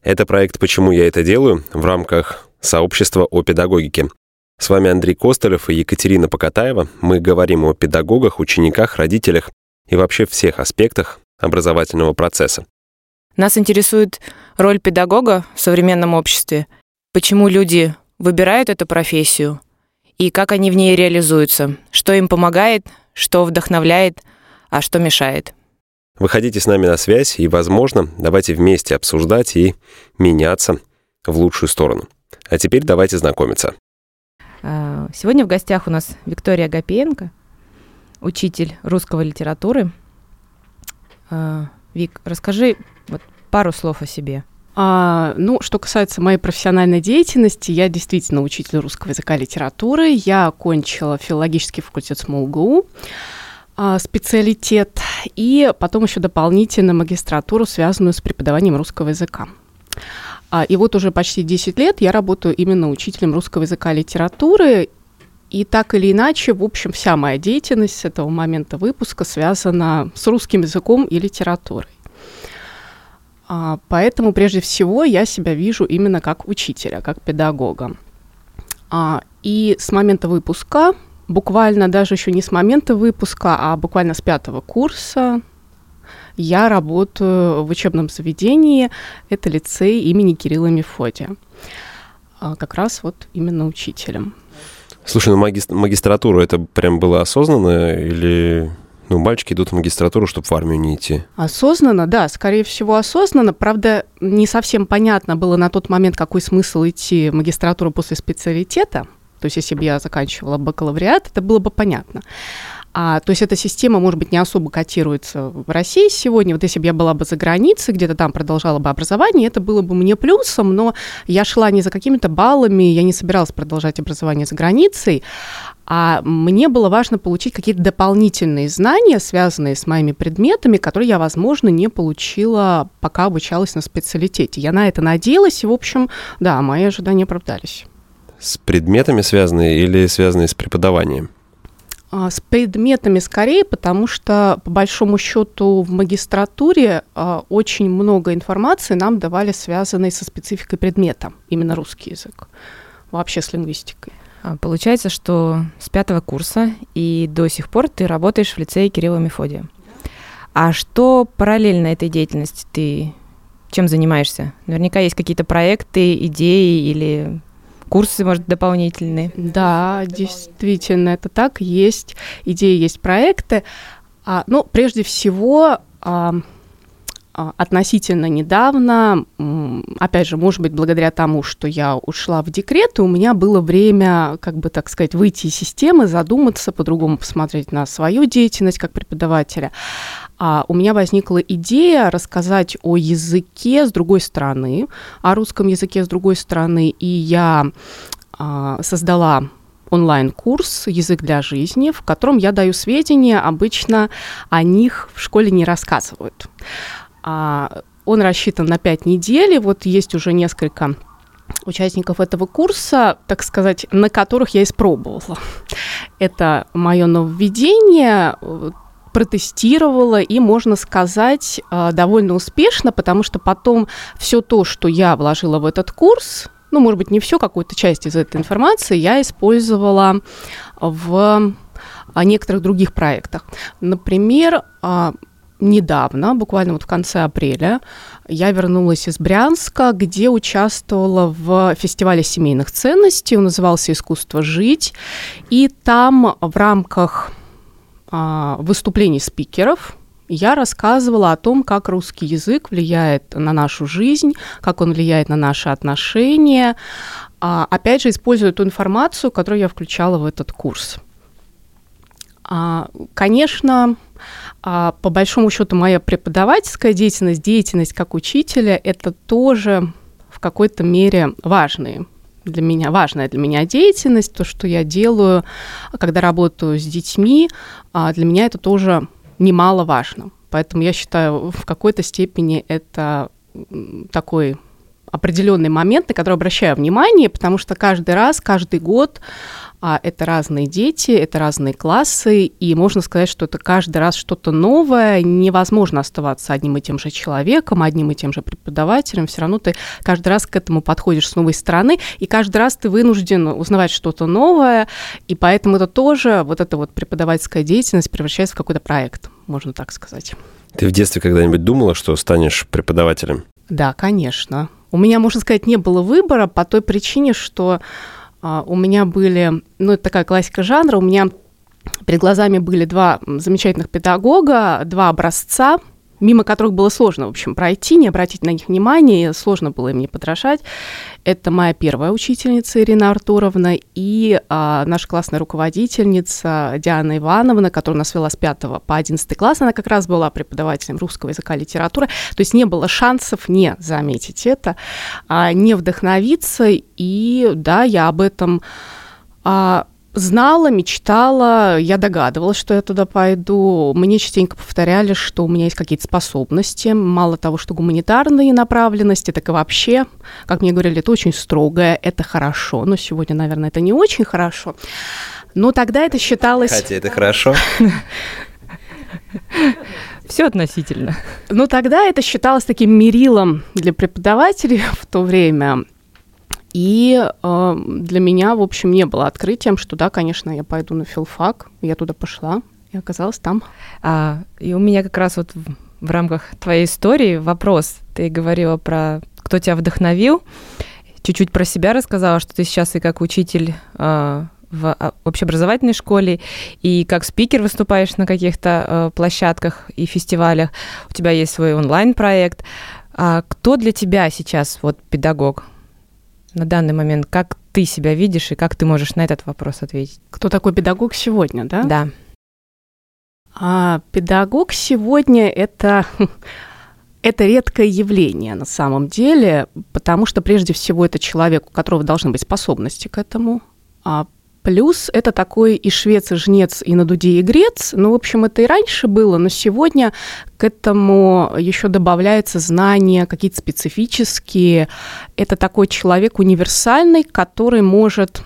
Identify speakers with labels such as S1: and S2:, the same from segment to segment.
S1: Это проект «Почему я это делаю» в рамках сообщества о педагогике. С вами Андрей Костылев и Екатерина Покатаева. Мы говорим о педагогах, учениках, родителях и вообще всех аспектах образовательного процесса.
S2: Нас интересует роль педагога в современном обществе, почему люди выбирают эту профессию и как они в ней реализуются, что им помогает, что вдохновляет, а что мешает.
S1: Выходите с нами на связь и, возможно, давайте вместе обсуждать и меняться в лучшую сторону. А теперь давайте знакомиться.
S2: Сегодня в гостях у нас Виктория Агапеенко, учитель русской литературы. Вик, расскажи пару слов о себе.
S3: Что касается моей профессиональной деятельности, я действительно учитель русского языка и литературы. Я окончила филологический факультет СМУЛГУ, специалитет, и потом еще дополнительно магистратуру, связанную с преподаванием русского языка. И вот уже почти 10 лет я работаю именно учителем русского языка и литературы, и так или иначе, в общем, вся моя деятельность с этого момента выпуска связана с русским языком и литературой. Поэтому, прежде всего, я себя вижу именно как учителя, как педагога. И с момента выпуска, буквально даже еще не с момента выпуска, а буквально с 5-го курса, я работаю в учебном заведении, это лицей имени Кирилла и Мефодия, как раз вот именно учителем.
S1: Слушай, магистратура это прям было осознанно или мальчики идут в магистратуру, чтобы в армию не идти?
S3: Осознанно, да, скорее всего осознанно. Правда, не совсем понятно было на тот момент, какой смысл идти в магистратуру после специалитета. То есть если бы я заканчивала бакалавриат, это было бы понятно. То есть эта система, может быть, не особо котируется в России сегодня. Вот если бы я была бы за границей, где-то там продолжала бы образование, это было бы мне плюсом, но я шла не за какими-то баллами, я не собиралась продолжать образование за границей, а мне было важно получить какие-то дополнительные знания, связанные с моими предметами, которые я, возможно, не получила, пока обучалась на специалитете. Я на это надеялась, и, в общем, да, мои ожидания оправдались.
S1: С предметами связанные или связанные с преподаванием?
S3: С предметами скорее, потому что, по большому счету, в магистратуре очень много информации нам давали, связанной со спецификой предмета, именно русский язык, вообще с лингвистикой.
S2: Получается, что с 5-го курса и до сих пор ты работаешь в лицее Кирилла и Мефодия. А что параллельно этой деятельности ты чем занимаешься? Наверняка есть какие-то проекты, идеи или курсы, может, дополнительные?
S3: Да, действительно, это так. Есть идеи, есть проекты. Прежде всего, относительно недавно, опять же, может быть, благодаря тому, что я ушла в декрет, и у меня было время, так сказать, выйти из системы, задуматься, по-другому посмотреть на свою деятельность как преподавателя. У меня возникла идея рассказать о языке с другой стороны, о русском языке с другой стороны, и я создала онлайн-курс «Язык для жизни», в котором я даю сведения, обычно о них в школе не рассказывают. Он рассчитан на 5 недель, и вот есть уже несколько участников этого курса, так сказать, на которых я испробовала. Это мое нововведение, протестировала и, можно сказать, довольно успешно, потому что потом все то, что я вложила в этот курс, может быть, не все, какую-то часть из этой информации я использовала в некоторых других проектах. Например, недавно, буквально в конце апреля, я вернулась из Брянска, где участвовала в фестивале семейных ценностей, он назывался «Искусство жить», и там в рамках выступлений спикеров я рассказывала о том, как русский язык влияет на нашу жизнь, как он влияет на наши отношения, опять же, используя ту информацию, которую я включала в этот курс. Конечно, по большому счету моя преподавательская деятельность как учителя, это тоже в какой-то мере важная для меня деятельность. То, что я делаю, когда работаю с детьми, для меня это тоже немаловажно. Поэтому я считаю, в какой-то степени это такой определенный момент, на который обращаю внимание, потому что каждый раз, каждый год это разные дети, это разные классы, и можно сказать, что это каждый раз что-то новое, невозможно оставаться одним и тем же человеком, одним и тем же преподавателем, все равно ты каждый раз к этому подходишь с новой стороны, и каждый раз ты вынужден узнавать что-то новое, и поэтому это тоже, вот эта вот преподавательская деятельность превращается в какой-то проект, можно так сказать.
S1: Ты в детстве когда-нибудь думала, что станешь преподавателем?
S3: Да, конечно. У меня, можно сказать, не было выбора по той причине, что у меня были, это такая классика жанра, у меня перед глазами были два замечательных педагога, два образца, мимо которых было сложно, в общем, пройти, не обратить на них внимания, сложно было им не подражать. Это моя первая учительница Ирина Артуровна и наша классная руководительница Диана Ивановна, которая нас вела с 5 по 11 класс, она как раз была преподавателем русского языка и литературы, то есть не было шансов не заметить это, не вдохновиться, и да, я об этом знала, мечтала, я догадывалась, что я туда пойду. Мне частенько повторяли, что у меня есть какие-то способности. Мало того, что гуманитарные направленности, так и вообще, как мне говорили, это очень строгое, это хорошо. Но сегодня, наверное, это не очень хорошо. Но тогда это считалось...
S1: Хотя это хорошо.
S2: Все относительно.
S3: Но тогда это считалось таким мерилом для преподавателей в то время. И для меня, в общем, не было открытием, что да, конечно, я пойду на филфак. Я туда пошла и оказалась там.
S2: И у меня как раз вот в рамках твоей истории вопрос. Ты говорила про кто тебя вдохновил. Чуть-чуть про себя рассказала, что ты сейчас и как учитель в общеобразовательной школе, и как спикер выступаешь на каких-то площадках и фестивалях. У тебя есть свой онлайн-проект. Кто для тебя сейчас вот педагог? На данный момент, как ты себя видишь и как ты можешь на этот вопрос ответить?
S3: Кто такой педагог сегодня, да?
S2: Да.
S3: Педагог сегодня это редкое явление на самом деле, потому что прежде всего это человек, у которого должны быть способности к этому. Плюс это такой и швец, и жнец, и на дуде и грец. В общем, это и раньше было, но сегодня к этому еще добавляются знания какие-то специфические. Это такой человек универсальный, который может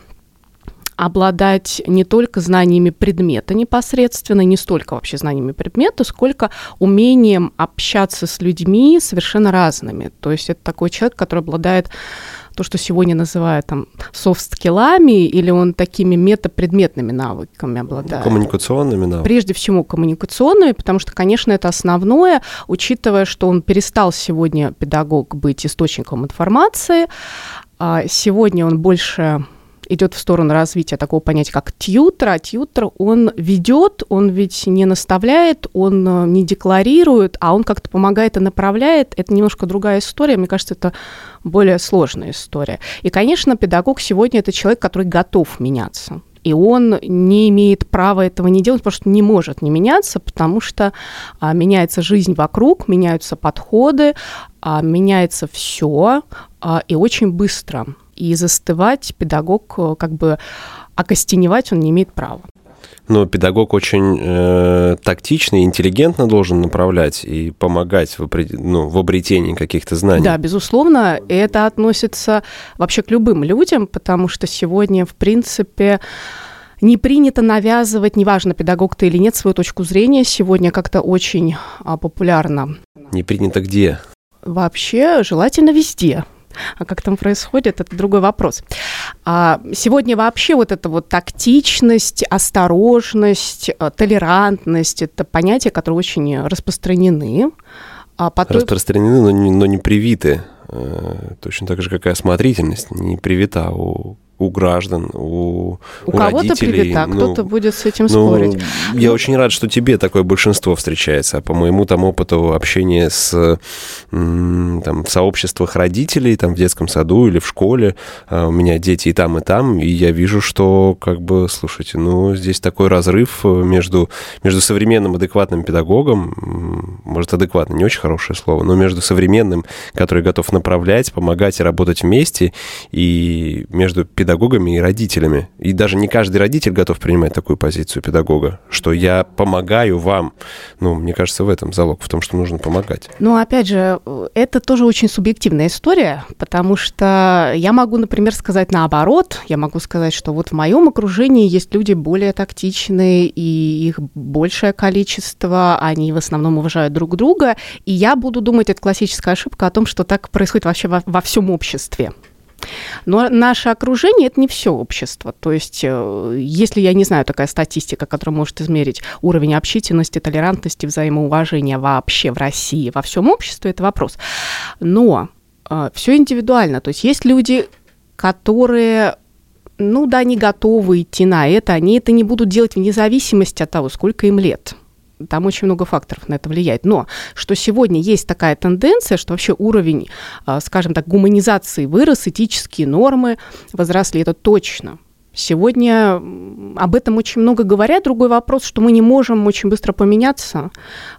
S3: обладать не только знаниями предмета непосредственно, не столько вообще знаниями предмета, сколько умением общаться с людьми совершенно разными. То есть это такой человек, который обладает то, что сегодня называют там софт-скиллами, или он такими метапредметными навыками обладает?
S1: Коммуникационными навыками.
S3: Прежде всего коммуникационными, потому что, конечно, это основное, учитывая, что он перестал сегодня, педагог, быть источником информации, сегодня он больше идет в сторону развития такого понятия, как тьютер, а тьютер, он ведет, он ведь не наставляет, он не декларирует, а он как-то помогает и направляет. Это немножко другая история, мне кажется, это более сложная история. И, конечно, педагог сегодня – это человек, который готов меняться. И он не имеет права этого не делать, потому что не может не меняться, потому что меняется жизнь вокруг, меняются подходы, меняется все, и очень быстро. И застывать педагог, как бы окостеневать он не имеет права.
S1: Но педагог очень тактично и интеллигентно должен направлять и помогать в обретении каких-то знаний.
S3: Да, безусловно, это относится вообще к любым людям, потому что сегодня, в принципе, не принято навязывать, неважно, педагог ты или нет, свою точку зрения. Сегодня как-то очень популярно.
S1: Не принято где?
S3: Вообще, желательно везде. А как там происходит, это другой вопрос. Сегодня вообще вот эта вот тактичность, осторожность, толерантность – это понятия, которые очень распространены.
S1: Распространены, но не привиты. Точно так же, как и осмотрительность не привита у граждан, у
S3: кого-то
S1: родителей.
S3: Привита, кто-то будет с этим спорить.
S1: Я очень рад, что тебе такое большинство встречается. А по моему там опыту общения в сообществах родителей, там в детском саду или в школе, у меня дети и там, и я вижу, что, слушайте, здесь такой разрыв между современным адекватным педагогом, может, адекватно, не очень хорошее слово, но между современным, который готов направлять, помогать и работать вместе, и между педагогом, педагогами и родителями. И даже не каждый родитель готов принимать такую позицию педагога, что я помогаю вам. Мне кажется, в этом залог, в том, что нужно помогать.
S3: Опять же, это тоже очень субъективная история, потому что я могу, например, сказать наоборот. Я могу сказать, что вот в моем окружении есть люди более тактичные, и их большее количество, они в основном уважают друг друга, и я буду думать, это классическая ошибка о том, что так происходит вообще во всем обществе. Но наше окружение – это не все общество. То есть, если, я не знаю, такая статистика, которая может измерить уровень общительности, толерантности, взаимоуважения вообще в России, во всем обществе, это вопрос. Но все индивидуально. То есть, есть люди, которые, не готовы идти на это, они это не будут делать вне зависимости от того, сколько им лет. Там очень много факторов на это влияет. Но что сегодня есть такая тенденция, что вообще уровень, скажем так, гуманизации вырос, этические нормы возросли, это точно. Сегодня об этом очень много говорят. Другой вопрос, что мы не можем очень быстро поменяться.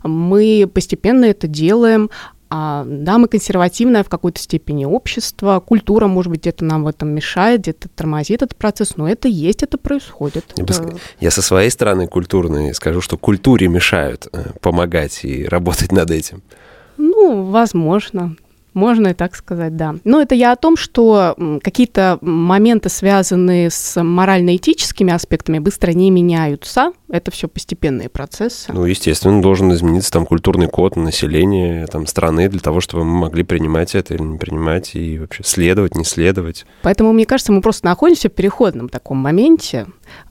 S3: Мы постепенно это делаем. Да, мы консервативное в какой-то степени общество, культура, может быть, где-то нам в этом мешает, где-то тормозит этот процесс, но это есть, это происходит.
S1: Я со своей стороны культурной скажу, что культуре мешают помогать и работать над этим.
S3: Возможно. Можно и так сказать, да. Но это я о том, что какие-то моменты, связанные с морально-этическими аспектами, быстро не меняются. Это все постепенные процессы.
S1: Естественно, должен измениться там культурный код населения страны для того, чтобы мы могли принимать это или не принимать, и вообще следовать, не следовать.
S3: Поэтому, мне кажется, мы просто находимся в переходном таком моменте,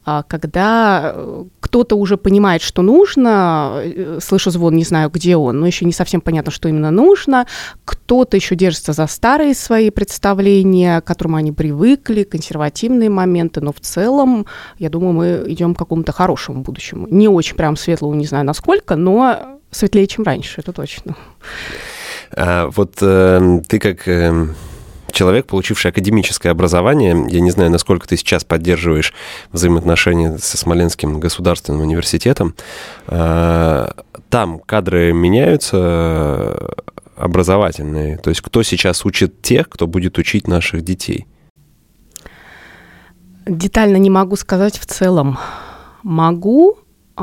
S3: когда кто-то уже понимает, что нужно, слышу звон, не знаю, где он, но еще не совсем понятно, что именно нужно, кто-то еще держится за старые свои представления, к которым они привыкли, консервативные моменты, но в целом, я думаю, мы идем к какому-то хорошему будущему. Не очень прям светлому, не знаю насколько, но светлее, чем раньше, это точно.
S1: Ты как человек, получивший академическое образование, я не знаю, насколько ты сейчас поддерживаешь взаимоотношения со Смоленским государственным университетом. Там кадры меняются образовательные. То есть кто сейчас учит тех, кто будет учить наших детей?
S3: Детально не могу сказать в целом. Могу.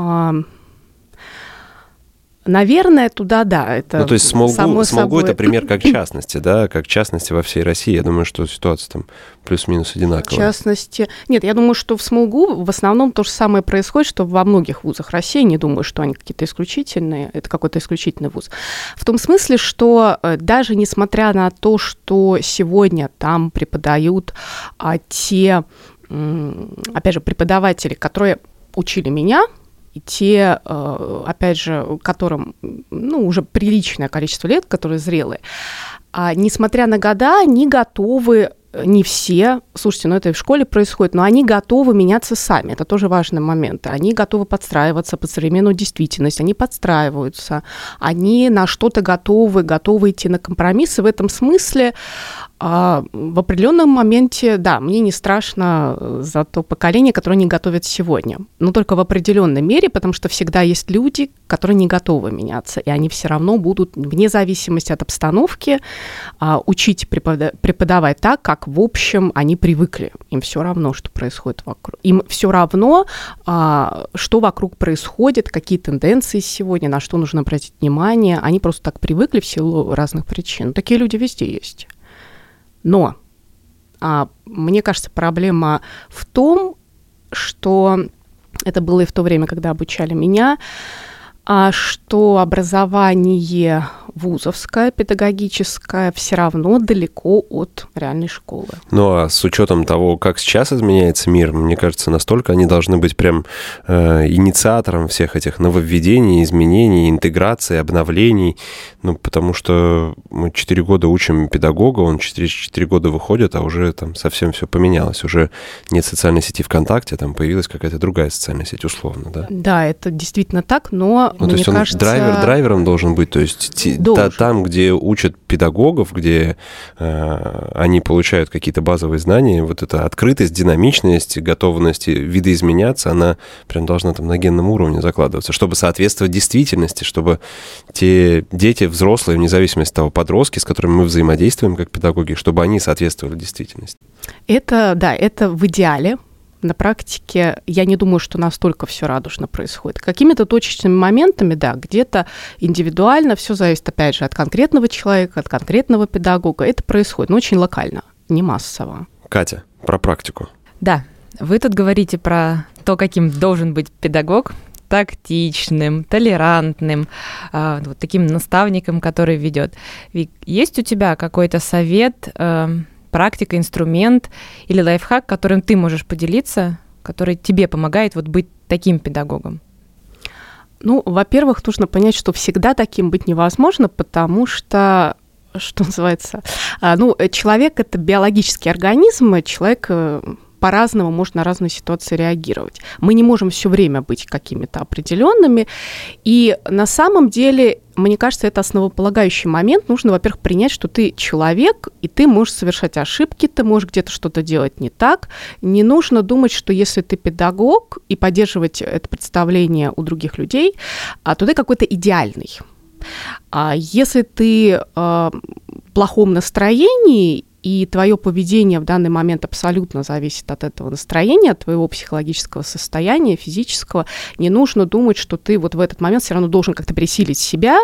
S3: Наверное, туда, да. Это
S1: то есть Смолгу
S3: собой...
S1: это пример как частности, да, как частности во всей России. Я думаю, что ситуация там плюс-минус одинаковая.
S3: В частности... Нет, я думаю, что в Смолгу в основном то же самое происходит, что во многих вузах России. Не думаю, что они какие-то исключительные. Это какой-то исключительный вуз. В том смысле, что даже несмотря на то, что сегодня там преподают те, опять же, преподаватели, которые учили меня, и те, опять же, которым уже приличное количество лет, которые зрелые, несмотря на года, они готовы, не все, слушайте, это и в школе происходит, но они готовы меняться сами, это тоже важный момент. Они готовы подстраиваться под современную действительность, они подстраиваются, они на что-то готовы идти на компромиссы. В этом смысле в определенном моменте, да, мне не страшно за то поколение, которое не готовят сегодня, но только в определенной мере, потому что всегда есть люди, которые не готовы меняться, и они все равно будут, вне зависимости от обстановки, учить преподавать так, как, в общем, они привыкли. Им все равно, что происходит вокруг. Им все равно, что вокруг происходит, какие тенденции сегодня, на что нужно обратить внимание. Они просто так привыкли в силу разных причин. Такие люди везде есть. Но мне кажется, проблема в том, что это было и в то время, когда обучали меня, что образование вузовское, педагогическое все равно далеко от реальной школы.
S1: А с учетом того, как сейчас изменяется мир, мне кажется, настолько они должны быть прям инициатором всех этих нововведений, изменений, интеграции, обновлений. Потому что мы 4 года учим педагога, он через 4 года выходит, а уже там совсем все поменялось. Уже нет социальной сети ВКонтакте, там появилась какая-то другая социальная сеть, условно, да?
S3: Да, это действительно так, но
S1: Ну, то есть он кажется, драйвером должен быть, то есть там, где учат педагогов, где они получают какие-то базовые знания, вот эта открытость, динамичность, готовность видоизменяться, она прям должна там на генном уровне закладываться, чтобы соответствовать действительности, чтобы те дети, взрослые, вне зависимости от того, подростки, с которыми мы взаимодействуем как педагоги, чтобы они соответствовали действительности.
S3: Это в идеале. На практике я не думаю, что настолько все радужно происходит. Какими-то точечными моментами, да, где-то индивидуально, все зависит, опять же, от конкретного человека, от конкретного педагога. Это происходит, но очень локально, не массово.
S1: Катя, про практику.
S2: Да, вы тут говорите про то, каким должен быть педагог, тактичным, толерантным, вот таким наставником, который ведет. Есть у тебя какой-то совет, практика, инструмент или лайфхак, которым ты можешь поделиться, который тебе помогает вот быть таким педагогом?
S3: Ну, во-первых, нужно понять, что всегда таким быть невозможно, потому что называется, человек — это биологический организм, человек по-разному может на разные ситуации реагировать. Мы не можем все время быть какими-то определенными. И на самом деле, мне кажется, это основополагающий момент. Нужно, во-первых, принять, что ты человек, и ты можешь совершать ошибки, ты можешь где-то что-то делать не так. Не нужно думать, что если ты педагог, и поддерживать это представление у других людей, то ты какой-то идеальный. А если ты в плохом настроении, и твое поведение в данный момент абсолютно зависит от этого настроения, от твоего психологического состояния, физического, не нужно думать, что ты вот в этот момент все равно должен как-то пересилить себя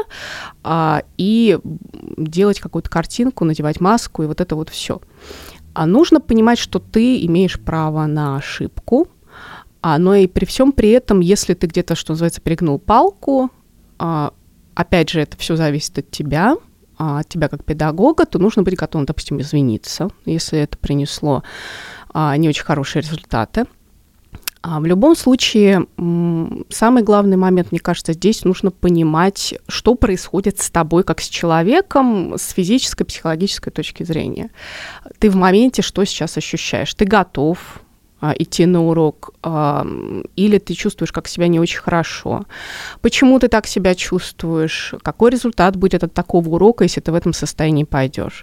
S3: и делать какую-то картинку, надевать маску и вот это вот все. А нужно понимать, что ты имеешь право на ошибку, но и при всем при этом, если ты где-то, что называется, перегнул палку, опять же, это все зависит от тебя как педагога, то нужно быть готовым, допустим, извиниться, если это принесло не очень хорошие результаты. В любом случае, самый главный момент, мне кажется, здесь нужно понимать, что происходит с тобой как с человеком с физической, психологической точки зрения. Ты в моменте что сейчас ощущаешь? Ты готов идти на урок, или ты чувствуешь, как себя не очень хорошо. Почему ты так себя чувствуешь? Какой результат будет от такого урока, если ты в этом состоянии пойдешь?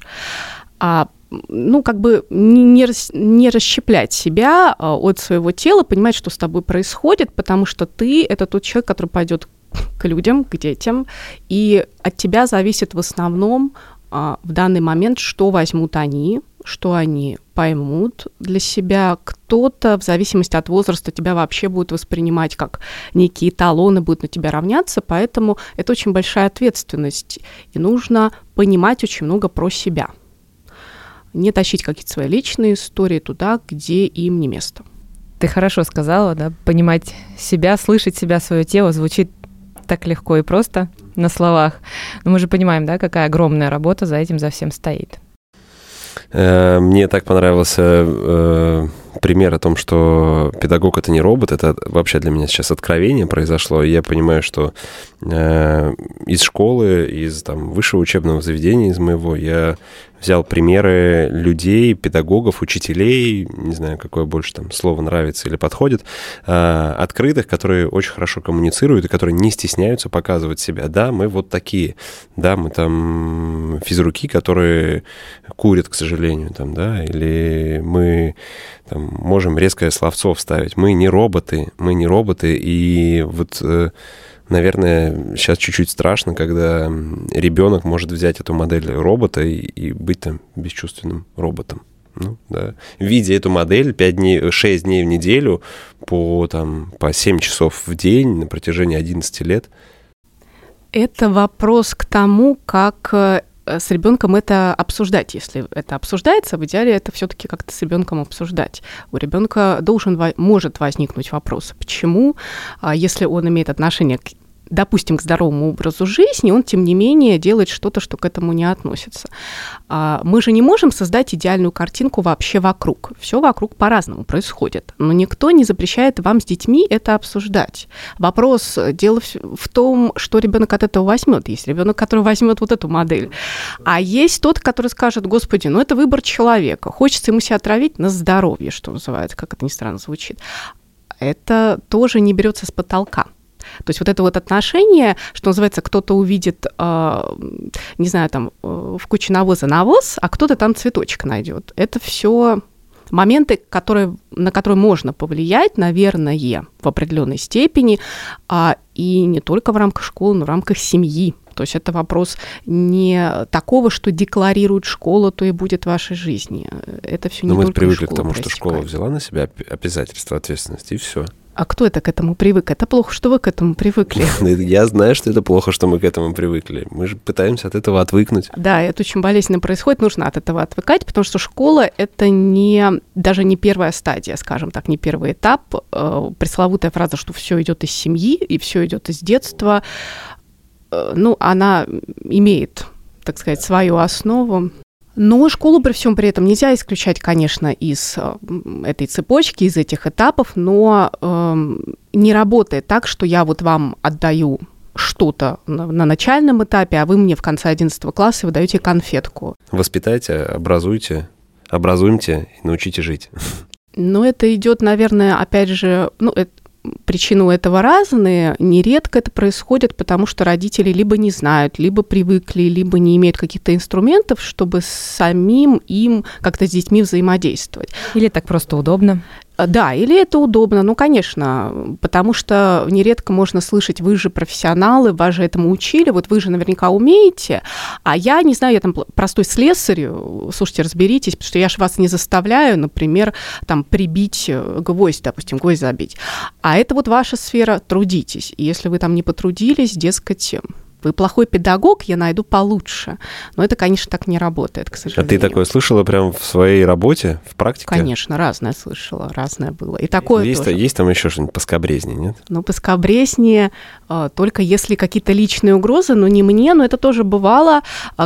S3: Не расщеплять себя от своего тела, понимать, что с тобой происходит, потому что ты — это тот человек, который пойдет к людям, к детям, и от тебя зависит в основном в данный момент, что возьмут они, что они поймут для себя. Кто-то, в зависимости от возраста, тебя вообще будет воспринимать как некие эталоны, будут на тебя равняться, поэтому это очень большая ответственность, и нужно понимать очень много про себя. Не тащить какие-то свои личные истории туда, где им не место.
S2: Ты хорошо сказала, да, понимать себя, слышать себя, свое тело звучит так легко и просто на словах. Но мы же понимаем, да, какая огромная работа за этим, за всем стоит.
S1: Мне так понравился пример о том, что педагог — это не робот. Это вообще для меня сейчас откровение произошло. И я понимаю, что из школы, из высшего учебного заведения, из моего, я взял примеры людей, педагогов, учителей, не знаю, какое больше слово нравится или подходит, открытых, которые очень хорошо коммуницируют и которые не стесняются показывать себя. Да, мы вот такие. Да, мы физруки, которые курят, к сожалению, или мы можем резкое словцо вставить. Мы не роботы, и вот... Наверное, сейчас чуть-чуть страшно, когда ребенок может взять эту модель робота и быть бесчувственным роботом. Видя эту модель 6 дней в неделю по 7 часов в день на протяжении 11 лет.
S3: Это вопрос к тому, как с ребенком это обсуждать. Если это обсуждается, в идеале это все-таки как-то с ребенком обсуждать. У ребенка может возникнуть вопрос, почему, если он имеет отношение допустим, к здоровому образу жизни, он, тем не менее, делает что-то, что к этому не относится. Мы же не можем создать идеальную картинку вообще вокруг. Все вокруг по-разному происходит. Но никто не запрещает вам с детьми это обсуждать. Дело в том, что ребенок от этого возьмет. Есть ребенок, который возьмет вот эту модель. А есть тот, который скажет: Господи, это выбор человека. Хочется ему себя отравить на здоровье, что называется, как это ни странно звучит. Это тоже не берется с потолка. То есть вот это вот отношение, что называется, кто-то увидит, не знаю, там в куче навоза навоз, а кто-то там цветочек найдет. Это все моменты, на которые можно повлиять, наверное, в определенной степени, и не только в рамках школы, но в рамках семьи. То есть это вопрос не такого, что декларирует школа, то и будет в вашей жизни. Это все не только
S1: мы привыкли к тому,
S3: проистекает.
S1: что школа взяла на себя обязательства, ответственность, и все.
S3: А кто это к этому привык? Это плохо, что вы к этому привыкли.
S1: Я знаю, что это плохо, что мы к этому привыкли. Мы же пытаемся от этого отвыкнуть.
S3: Да, это очень болезненно происходит, нужно от этого отвыкать, потому что школа — это даже не первая стадия, скажем так, не первый этап. Пресловутая фраза, что все идет из семьи и все идет из детства, она имеет, так сказать, свою основу. Но школу при всем при этом нельзя исключать, конечно, из этой цепочки, из этих этапов, но не работает так, что я вот вам отдаю что-то на начальном этапе, а вы мне в конце 11 класса выдаете конфетку.
S1: Воспитайте, образуйте и научите жить.
S3: Но это идет, наверное, опять же, причины у этого разные. Нередко это происходит, потому что родители либо не знают, либо привыкли, либо не имеют каких-то инструментов, чтобы самим им как-то с детьми взаимодействовать.
S2: Или так просто удобно.
S3: Да, или это удобно, конечно, потому что нередко можно слышать: вы же профессионалы, вас же этому учили, вот вы же наверняка умеете, а я не знаю, я там простой слесарь, слушайте, разберитесь, потому что я же вас не заставляю, например, там прибить гвоздь, допустим, гвоздь забить, а это вот ваша сфера, трудитесь, и если вы там не потрудились, дескать, вы плохой педагог, я найду получше. Но это, конечно, так не работает, к сожалению.
S1: А ты такое слышала прям в своей работе, в практике?
S3: Конечно, разное слышала, разное было. И такое тоже.
S1: Есть там еще что-нибудь поскабрезнее, нет?
S3: Поскабрезнее, только если какие-то личные угрозы, но не мне, но это тоже бывало,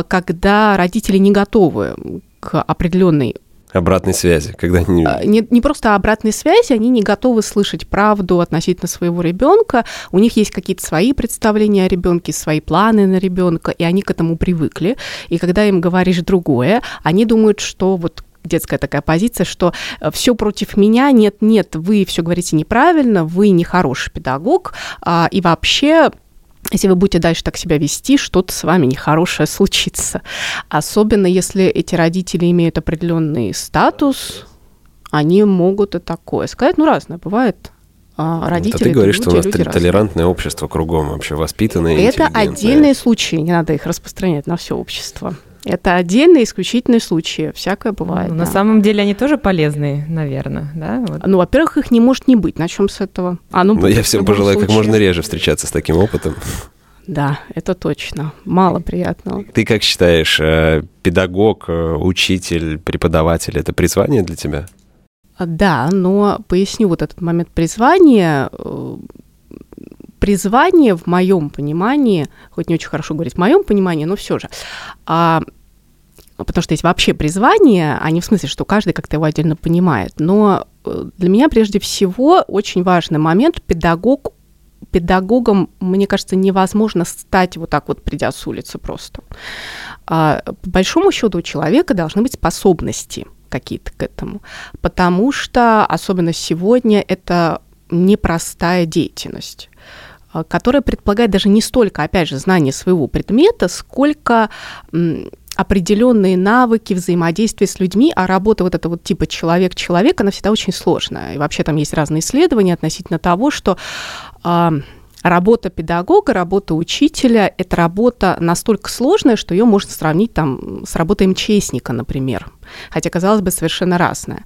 S3: когда родители не готовы к определенной
S1: обратной связи, когда они...
S3: Не просто обратной связи, они не готовы слышать правду относительно своего ребенка, у них есть какие-то свои представления о ребенке, свои планы на ребенка, и они к этому привыкли. И когда им говоришь другое, они думают, что вот детская такая позиция, что все против меня, нет, вы все говорите неправильно, вы нехороший педагог, и вообще... Если вы будете дальше так себя вести, что-то с вами нехорошее случится. Особенно если эти родители имеют определенный статус, они могут и такое сказать. Разное бывает. Родители,
S1: ты говоришь,
S3: люди,
S1: что у нас
S3: разные.
S1: толерантное общество кругом, вообще воспитанное,
S3: это отдельные случаи, не надо их распространять на все общество. Это отдельные, исключительные случаи. Всякое бывает.
S2: На самом деле они тоже полезные, наверное, да? Вот.
S3: Во-первых, их не может не быть. Начнем с этого.
S1: Я всем пожелаю как можно реже встречаться с таким опытом.
S3: Да, это точно. Мало приятного.
S1: Ты как считаешь, педагог, учитель, преподаватель – это призвание для тебя?
S3: Да, но поясню вот этот момент призвания. Призвание в моем понимании, хоть не очень хорошо говорить в моем понимании, но все же, потому что есть вообще призвание, а не в смысле, что каждый как-то его отдельно понимает, но для меня прежде всего очень важный момент педагогом, мне кажется, невозможно стать вот так вот, придя с улицы просто. По большому счету у человека должны быть способности какие-то к этому, потому что, особенно сегодня, это непростая деятельность, которая предполагает даже не столько, опять же, знание своего предмета, сколько определенные навыки взаимодействия с людьми, а работа вот этого вот типа человек-человек, она всегда очень сложная. И вообще там есть разные исследования относительно того, что работа педагога, работа учителя – это работа настолько сложная, что ее можно сравнить там с работой МЧСника, например, хотя, казалось бы, совершенно разная.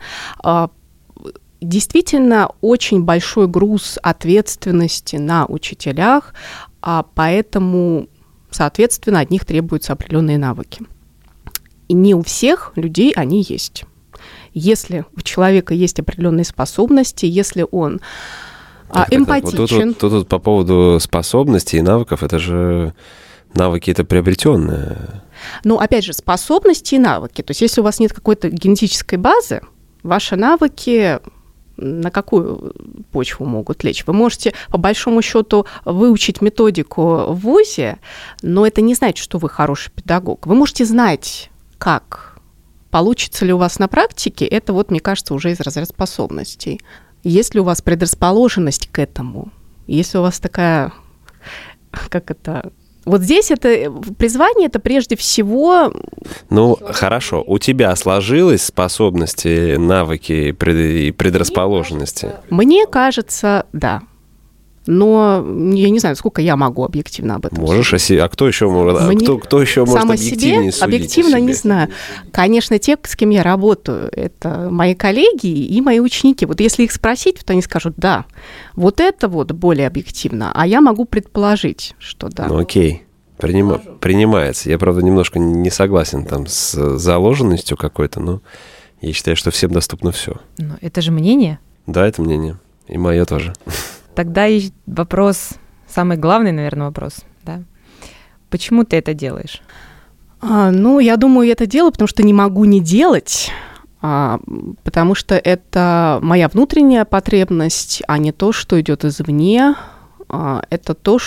S3: Действительно, очень большой груз ответственности на учителях, поэтому, соответственно, от них требуются определенные навыки. И не у всех людей они есть. Если у человека есть определенные способности, если он эмпатичен...
S1: Тут по поводу способностей и навыков, это же навыки, это приобретенные.
S3: Опять же, способности и навыки. То есть если у вас нет какой-то генетической базы, ваши навыки на какую почву могут лечь? Вы можете, по большому счету, выучить методику в ВУЗе, но это не значит, что вы хороший педагог. Вы можете знать, как. Получится ли у вас на практике, это, мне кажется, уже из разряда способностей. Есть ли у вас предрасположенность к этому? Если у вас такая, как это... Вот здесь это призвание, это прежде всего...
S1: Ну, хорошо, у тебя сложились способности, навыки и предрасположенности?
S3: Мне кажется, да. Но я не знаю, сколько я могу объективно об этом
S1: Можешь,
S3: судить.
S1: а кто еще может, кто еще может объективнее судить?
S3: Объективно не знаю. Конечно, те, с кем я работаю, это мои коллеги и мои ученики. Вот если их спросить, то они скажут, да, вот это вот более объективно, а я могу предположить, что да.
S1: Ну окей, принимается. Я, правда, немножко не согласен там с заложенностью какой-то, но я считаю, что всем доступно все.
S2: Но это же мнение.
S1: Да, это мнение. И мое тоже.
S2: Тогда и вопрос, самый главный, наверное, вопрос, да? Почему ты это делаешь?
S3: Ну, я думаю, я это делаю, потому что не могу не делать, потому что это моя внутренняя потребность, а не то, что идет извне. Это то,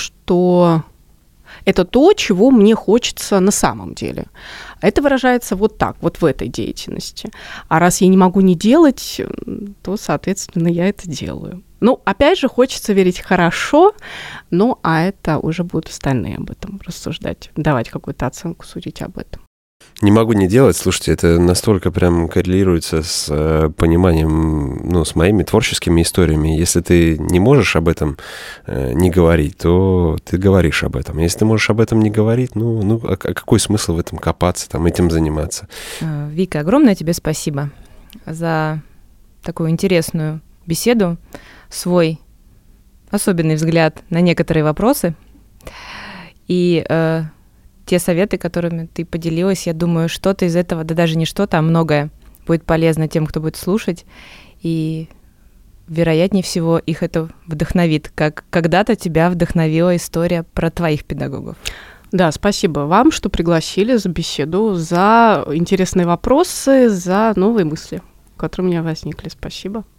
S3: чего мне хочется на самом деле. Это выражается вот так, вот в этой деятельности. А раз я не могу не делать, то, соответственно, я это делаю. Ну, опять же, хочется верить хорошо, а это уже будут остальные об этом рассуждать, давать какую-то оценку, судить об этом.
S1: Не могу не делать. Слушайте, это настолько прям коррелируется с пониманием, с моими творческими историями. Если ты не можешь об этом не говорить, то ты говоришь об этом. Если ты можешь об этом не говорить, а какой смысл в этом копаться, этим заниматься?
S2: Вика, огромное тебе спасибо за такую интересную беседу, свой особенный взгляд на некоторые вопросы. И те советы, которыми ты поделилась, я думаю, что-то из этого, да даже не что-то, а многое будет полезно тем, кто будет слушать. И, вероятнее всего, их это вдохновит, как когда-то тебя вдохновила история про твоих педагогов.
S3: Да, спасибо вам, что пригласили за беседу, за интересные вопросы, за новые мысли, которые у меня возникли. Спасибо.